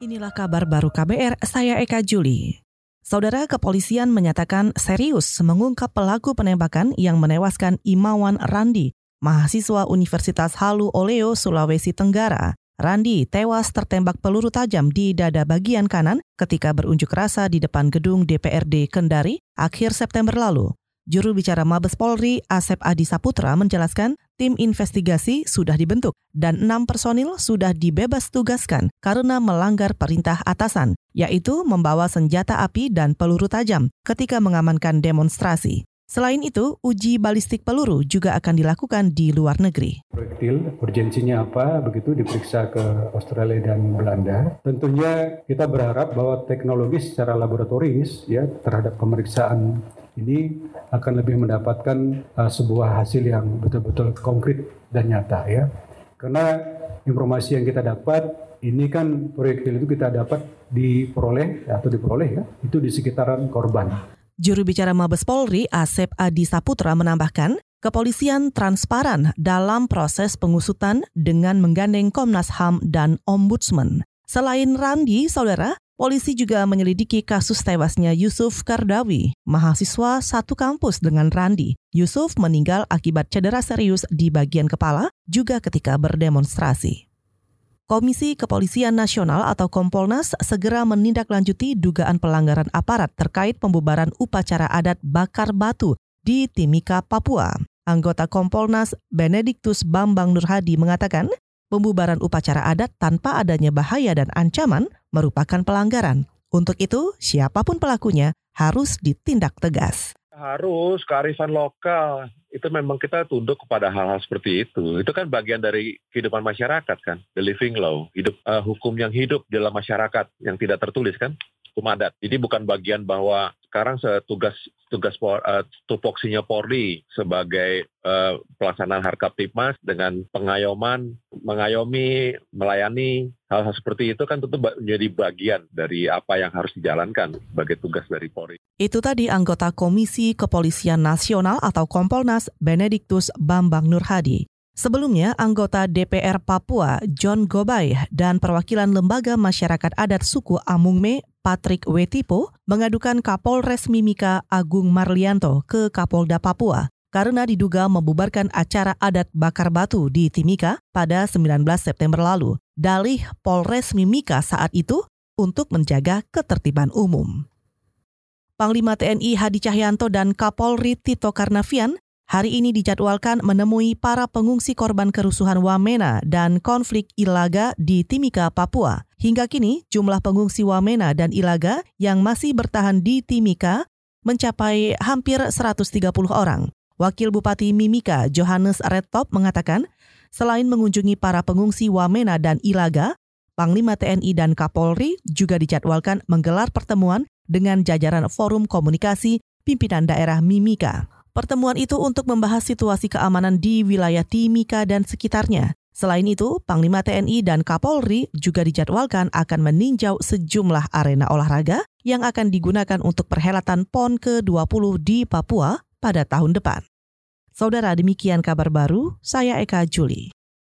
Inilah kabar baru KBR, saya Eka Juli. Saudara, kepolisian menyatakan serius mengungkap pelaku penembakan yang menewaskan Imawan Randi, mahasiswa Universitas Halu Oleo, Sulawesi Tenggara. Randi tewas tertembak peluru tajam di dada bagian kanan ketika berunjuk rasa di depan gedung DPRD Kendari akhir September lalu. Juru bicara Mabes Polri, Asep Adi Saputra, menjelaskan tim investigasi sudah dibentuk dan 6 personil sudah dibebas tugaskan karena melanggar perintah atasan, yaitu membawa senjata api dan peluru tajam ketika mengamankan demonstrasi. Selain itu, uji balistik peluru juga akan dilakukan di luar negeri. Proyektil, urgensinya apa, begitu diperiksa ke Australia dan Belanda. Tentunya kita berharap bahwa teknologi secara laboratoris ya terhadap pemeriksaan ini akan lebih mendapatkan sebuah hasil yang betul-betul konkret dan nyata ya. Karena informasi yang kita dapat ini kan proyektil itu kita dapat diperoleh ya, itu di sekitaran korban. Juru bicara Mabes Polri, Asep Adi Saputra, menambahkan, kepolisian transparan dalam proses pengusutan dengan menggandeng Komnas HAM dan Ombudsman. Selain Randi, saudara, polisi juga menyelidiki kasus tewasnya Yusuf Kardawi, mahasiswa satu kampus dengan Randi. Yusuf meninggal akibat cedera serius di bagian kepala, juga ketika berdemonstrasi. Komisi Kepolisian Nasional atau Kompolnas segera menindaklanjuti dugaan pelanggaran aparat terkait pembubaran upacara adat bakar batu di Timika, Papua. Anggota Kompolnas Benediktus Bambang Nurhadi mengatakan, pembubaran upacara adat tanpa adanya bahaya dan ancaman merupakan pelanggaran. Untuk itu, siapapun pelakunya harus ditindak tegas. Harus kearifan lokal. Itu memang kita tunduk kepada hal-hal seperti itu. Itu kan bagian dari kehidupan masyarakat kan. The living law. Hukum yang hidup dalam masyarakat yang tidak tertulis kan. Hukum adat. Jadi bukan bagian bahwa sekarang tugas tupoksinya Polri sebagai pelaksanaan Harkaptipmas dengan mengayomi, melayani hal-hal seperti itu kan tentu menjadi bagian dari apa yang harus dijalankan sebagai tugas dari Polri. Itu tadi anggota Komisi Kepolisian Nasional atau Kompolnas Benediktus Bambang Nurhadi. Sebelumnya, anggota DPR Papua John Gobay dan perwakilan Lembaga Masyarakat Adat Suku Amungme Patrick Wetipo mengadukan Kapolres Mimika Agung Marlianto ke Kapolda Papua karena diduga membubarkan acara adat bakar batu di Timika pada 19 September lalu. Dalih Polres Mimika saat itu untuk menjaga ketertiban umum. Panglima TNI Hadi Cahyanto dan Kapolri Tito Karnavian hari ini dijadwalkan menemui para pengungsi korban kerusuhan Wamena dan konflik Ilaga di Timika, Papua. Hingga kini, jumlah pengungsi Wamena dan Ilaga yang masih bertahan di Timika mencapai hampir 130 orang. Wakil Bupati Mimika, Johannes Redtop, mengatakan, selain mengunjungi para pengungsi Wamena dan Ilaga, Panglima TNI dan Kapolri juga dijadwalkan menggelar pertemuan dengan jajaran Forum Komunikasi Pimpinan Daerah Mimika. Pertemuan itu untuk membahas situasi keamanan di wilayah Timika dan sekitarnya. Selain itu, Panglima TNI dan Kapolri juga dijadwalkan akan meninjau sejumlah arena olahraga yang akan digunakan untuk perhelatan PON ke-20 di Papua pada tahun depan. Saudara, demikian kabar baru, saya Eka Juli.